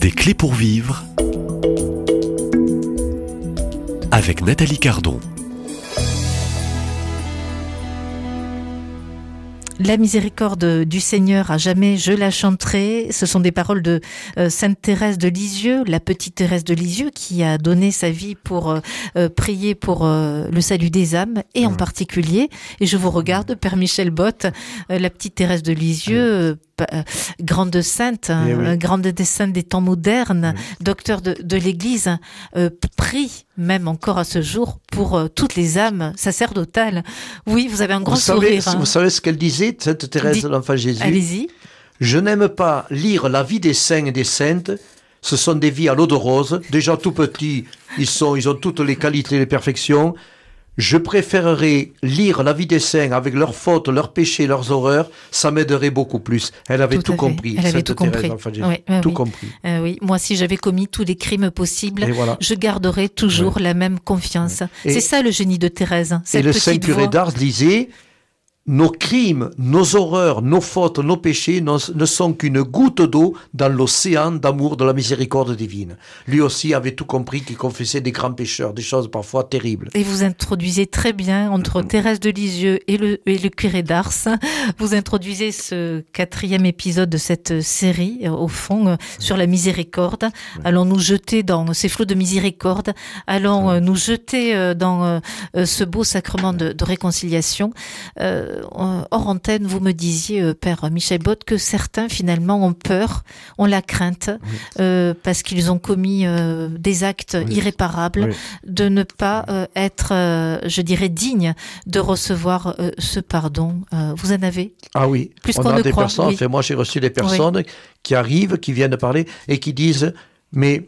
Des clés pour vivre avec Nathalie Cardon. La miséricorde du Seigneur, à jamais je la chanterai. Ce sont des paroles de Sainte Thérèse de Lisieux, la petite Thérèse de Lisieux, qui a donné sa vie pour prier pour le salut des âmes, et en particulier, et je vous regarde, Père Michel Bott, la petite Thérèse de Lisieux, grande sainte, grande des saintes des temps modernes, docteur de l'Église, prie même encore à ce jour pour toutes les âmes sacerdotales. Oui, vous avez un grand sourire. Vous savez ce qu'elle disait, Sainte Thérèse de l'Enfant Jésus? Allez-y. Je n'aime pas lire la vie des saints et des saintes. Ce sont des vies à l'eau de rose. Déjà tout petits, ils ont toutes les qualités et les perfections. Je préférerais lire la vie des saints avec leurs fautes, leurs péchés, leurs horreurs. Ça m'aiderait beaucoup plus. Elle avait tout compris. Elle avait tout compris. Tout compris. Oui, moi, si j'avais commis tous les crimes possibles, voilà, je garderais toujours la même confiance. C'est ça le génie de Thérèse. Et le saint curé d'Ars disait: nos crimes, nos horreurs, nos fautes, nos péchés ne sont qu'une goutte d'eau dans l'océan d'amour de la miséricorde divine. Lui aussi avait tout compris, qu'il confessait des grands pécheurs, des choses parfois terribles. Et vous introduisez très bien, entre Thérèse de Lisieux et le curé d'Ars, vous introduisez ce 4e épisode de cette série, au fond, sur la miséricorde. Allons nous jeter dans ces flots de miséricorde, allons nous jeter dans ce beau sacrement de réconciliation. Hors antenne, vous me disiez, Père Michel Bott, que certains finalement ont peur, ont la crainte, parce qu'ils ont commis des actes irréparables, de ne pas être, je dirais, dignes de recevoir ce pardon. Vous en avez? Ah oui, plus on qu'on a ne des croit. personnes, moi j'ai reçu des personnes qui arrivent, qui viennent parler et qui disent: mais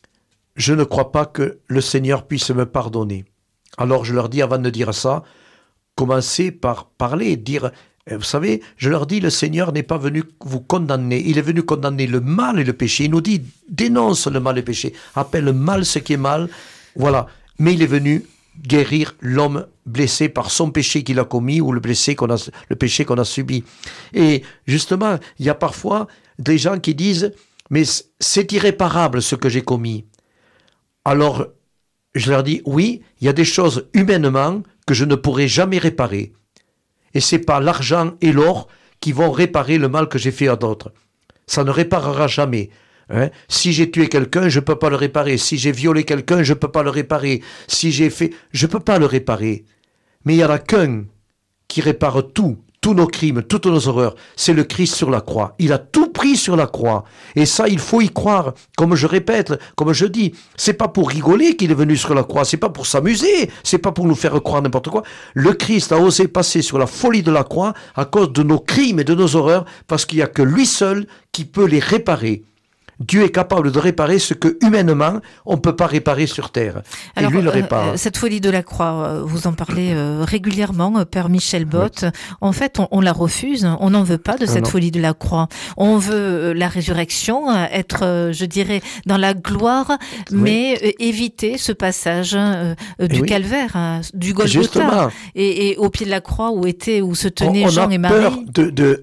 je ne crois pas que le Seigneur puisse me pardonner. Alors je leur dis, avant de dire ça, commencez par parler, dire, vous savez, je leur dis, le Seigneur n'est pas venu vous condamner, il est venu condamner le mal et le péché. Il nous dit, dénonce le mal et le péché, appelle mal ce qui est mal, voilà. Mais il est venu guérir l'homme blessé par son péché qu'il a commis ou le péché qu'on a subi. Et justement, il y a parfois des gens qui disent, mais c'est irréparable ce que j'ai commis. Alors, je leur dis, oui, il y a des choses humainement que je ne pourrai jamais réparer. Et c'est pas l'argent et l'or qui vont réparer le mal que j'ai fait à d'autres. Ça ne réparera jamais. Si j'ai tué quelqu'un, je peux pas le réparer. Si j'ai violé quelqu'un, je peux pas le réparer. Si j'ai fait... Je peux pas le réparer. Mais il y en a qu'un qui répare tous nos crimes, toutes nos horreurs. C'est le Christ sur la croix. Il a tout pris sur la croix. Et ça, il faut y croire. Comme je répète, comme je dis, c'est pas pour rigoler qu'il est venu sur la croix. C'est pas pour s'amuser. C'est pas pour nous faire croire n'importe quoi. Le Christ a osé passer sur la folie de la croix à cause de nos crimes et de nos horreurs, parce qu'il y a que lui seul qui peut les réparer. Dieu est capable de réparer ce que humainement on ne peut pas réparer sur terre. Alors, et lui le répare. Cette folie de la croix, vous en parlez régulièrement, Père Michel Bott. En fait, on la refuse. On n'en veut pas de cette folie de la croix. On veut la résurrection, être, je dirais, dans la gloire, mais éviter ce passage du calvaire, du Golgotha, et au pied de la croix où se tenaient Jean et Marie. On a peur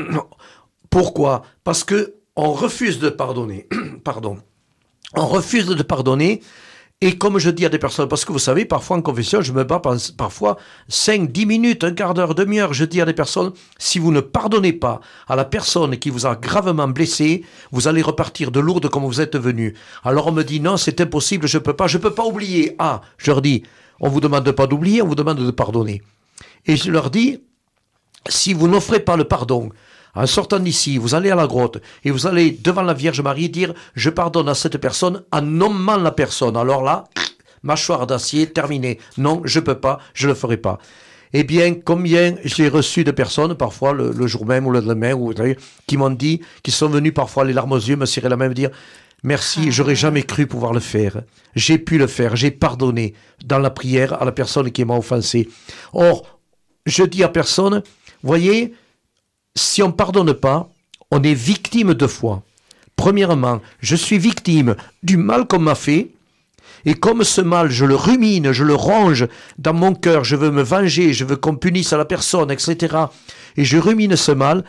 Pourquoi? Parce que on refuse de pardonner. Pardon. On refuse de pardonner. Et comme je dis à des personnes, parce que vous savez, parfois en confession, je me bats parfois 5, 10 minutes, un quart d'heure, demi-heure. Je dis à des personnes, si vous ne pardonnez pas à la personne qui vous a gravement blessé, vous allez repartir de Lourdes comme vous êtes venu. Alors on me dit, non, c'est impossible, je peux pas oublier. Ah, je leur dis, on vous demande pas d'oublier, on vous demande de pardonner. Et je leur dis, si vous n'offrez pas le pardon, en sortant d'ici, vous allez à la grotte et vous allez devant la Vierge Marie dire « Je pardonne à cette personne en nommant la personne ». Alors là, mâchoire d'acier, terminé. Non, je peux pas, je le ferai pas. Eh bien, combien j'ai reçu de personnes, parfois le jour même ou le lendemain, qui m'ont dit, qui sont venus parfois les larmes aux yeux, me serrer la main et me dire « Merci, j'aurais jamais cru pouvoir le faire. J'ai pu le faire, j'ai pardonné dans la prière à la personne qui m'a offensé. » Or, je dis à personne, voyez, si on ne pardonne pas, on est victime 2 fois. Premièrement, je suis victime du mal qu'on m'a fait, et comme ce mal, je le rumine, je le ronge dans mon cœur, je veux me venger, je veux qu'on punisse la personne, etc. Et je rumine ce mal.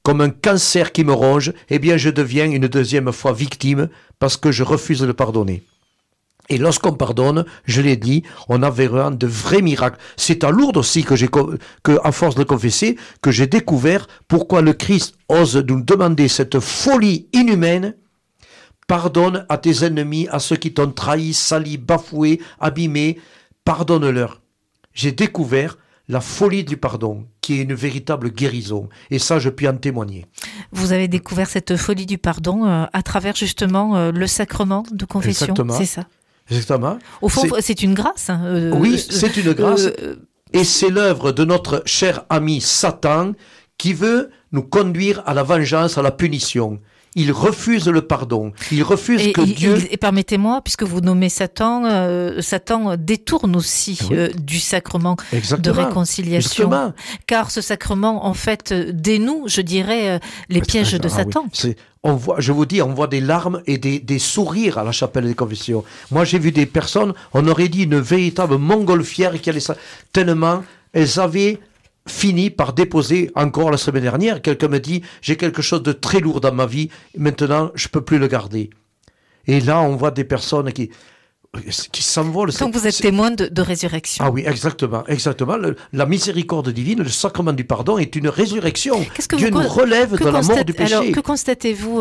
comme un cancer qui me ronge, eh bien je deviens une deuxième fois victime parce que je refuse de le pardonner. Et lorsqu'on pardonne, je l'ai dit, on a vraiment de vrais miracles. C'est à Lourdes aussi à force de confesser, que j'ai découvert pourquoi le Christ ose nous demander cette folie inhumaine. Pardonne à tes ennemis, à ceux qui t'ont trahi, sali, bafoué, abîmé, pardonne-leur. J'ai découvert la folie du pardon, qui est une véritable guérison. Et ça, je puis en témoigner. Vous avez découvert cette folie du pardon à travers justement le sacrement de confession. Exactement. C'est ça. Exactement. Au fond, c'est une grâce. Oui, c'est une grâce. Et c'est l'œuvre de notre cher ami Satan qui veut nous conduire à la vengeance, à la punition. Il refuse le pardon. Il refuse que Dieu... Et permettez-moi, puisque vous nommez Satan, Satan détourne aussi du sacrement de réconciliation. Justement. Car ce sacrement, en fait, dénoue, je dirais, les pièges de Satan. Oui. On voit des larmes et des sourires à la chapelle des confessions. Moi, j'ai vu des personnes, on aurait dit une véritable montgolfière qui allait ça, tellement elles avaient fini par déposer, encore la semaine dernière, quelqu'un me dit, j'ai quelque chose de très lourd dans ma vie, maintenant je peux plus le garder. Et là, on voit des personnes qui s'envolent. Donc vous êtes témoin de résurrection. Ah oui, exactement. La miséricorde divine, le sacrement du pardon est une résurrection. Dieu nous relève de la mort du péché. Alors, que constatez-vous,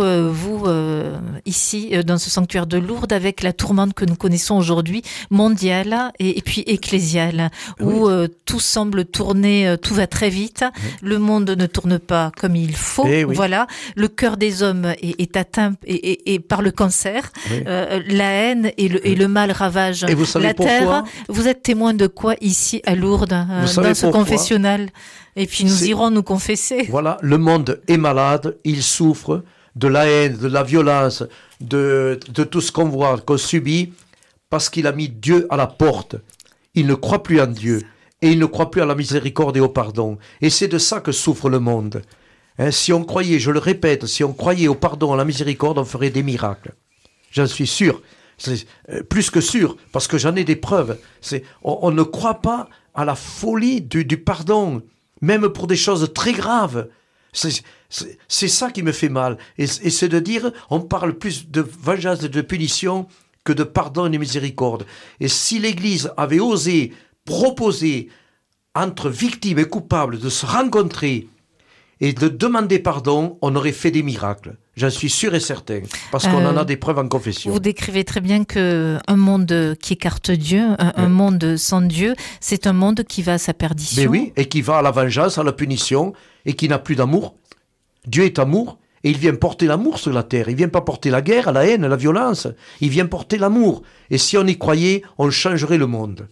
ici, dans ce sanctuaire de Lourdes, avec la tourmente que nous connaissons aujourd'hui, mondiale et puis ecclésiale, où tout semble tourner, tout va très vite, le monde ne tourne pas comme il faut, voilà, le cœur des hommes est atteint et par le cancer, la haine et le mal ravage la terre. Vous êtes témoin de quoi ici à Lourdes, dans ce confessionnal? Et puis nous irons nous confesser. Voilà, le monde est malade, il souffre de la haine, de la violence, de tout ce qu'on voit, qu'on subit, parce qu'il a mis Dieu à la porte. Il ne croit plus en Dieu, et il ne croit plus à la miséricorde et au pardon. Et c'est de ça que souffre le monde. Si on croyait, je le répète, si on croyait au pardon, à la miséricorde, on ferait des miracles. J'en suis sûr. C'est plus que sûr, parce que j'en ai des preuves. On ne croit pas à la folie du pardon, même pour des choses très graves. C'est ça qui me fait mal. Et c'est de dire, on parle plus de vengeance et de punition que de pardon et de miséricorde. Et si l'Église avait osé proposer entre victimes et coupables de se rencontrer et de demander pardon, on aurait fait des miracles. J'en suis sûr et certain, parce qu'on en a des preuves en confession. Vous décrivez très bien qu'un monde qui écarte Dieu, un monde sans Dieu, c'est un monde qui va à sa perdition. Mais oui, et qui va à la vengeance, à la punition, et qui n'a plus d'amour. Dieu est amour, et il vient porter l'amour sur la terre. Il vient pas porter la guerre, la haine, la violence. Il vient porter l'amour. Et si on y croyait, on changerait le monde.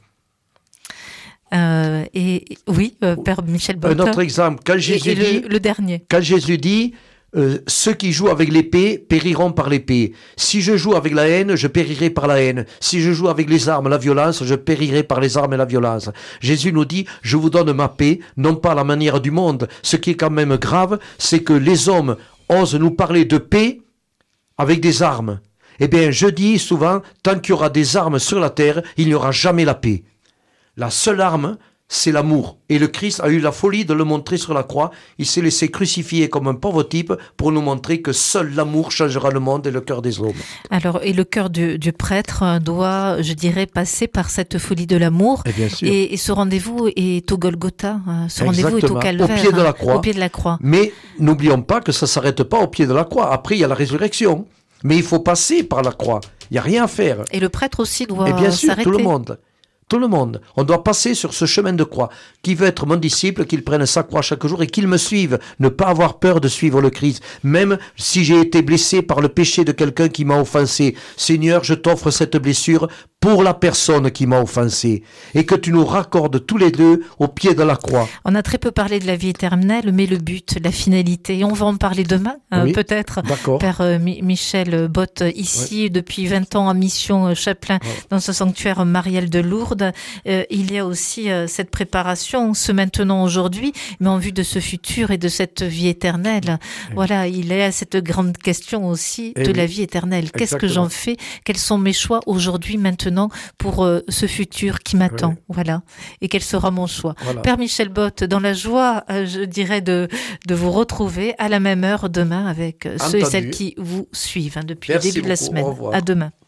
Père Michel Bott. Un autre exemple, quand Jésus dit... Le dernier. Quand Jésus dit... ceux qui jouent avec l'épée périront par l'épée. Si je joue avec la haine, je périrai par la haine. Si je joue avec les armes, la violence, je périrai par les armes et la violence. Jésus nous dit, je vous donne ma paix, non pas à la manière du monde. Ce qui est quand même grave, c'est que les hommes osent nous parler de paix avec des armes. Eh bien, je dis souvent, tant qu'il y aura des armes sur la terre, il n'y aura jamais la paix. La seule arme, c'est l'amour. Et le Christ a eu la folie de le montrer sur la croix. Il s'est laissé crucifier comme un pauvre type pour nous montrer que seul l'amour changera le monde et le cœur des hommes. Alors, et le cœur du prêtre doit, je dirais, passer par cette folie de l'amour. Et bien sûr. Et ce rendez-vous est au Golgotha. Ce rendez-vous est au calvaire. Au pied de la croix. Au pied de la croix. Mais n'oublions pas que ça ne s'arrête pas au pied de la croix. Après, il y a la résurrection. Mais il faut passer par la croix. Il n'y a rien à faire. Et le prêtre aussi doit s'arrêter. Et bien sûr, tout le monde. Tout le monde. On doit passer sur ce chemin de croix. Qui veut être mon disciple, qu'il prenne sa croix chaque jour et qu'il me suive. Ne pas avoir peur de suivre le Christ. Même si j'ai été blessé par le péché de quelqu'un qui m'a offensé. Seigneur, je t'offre cette blessure pour la personne qui m'a offensé. Et que tu nous raccordes tous les deux au pied de la croix. On a très peu parlé de la vie éternelle, mais le but, la finalité. Et on va en parler demain, peut-être. D'accord. Père Michel Bott, ici, depuis 20 ans en mission chapelain dans ce sanctuaire marial de Lourdes. Il y a aussi cette préparation, ce maintenant aujourd'hui, mais en vue de ce futur et de cette vie éternelle. Voilà, il y a cette grande question aussi de la vie éternelle. Qu'est-ce que j'en fais? Quels sont mes choix aujourd'hui, maintenant? maintenant pour ce futur qui m'attend. Oui. Voilà. Et quel sera mon choix. Voilà. Père Michel Bott, dans la joie, je dirais, de vous retrouver à la même heure demain avec ceux et celles qui vous suivent depuis le début de la semaine. À demain.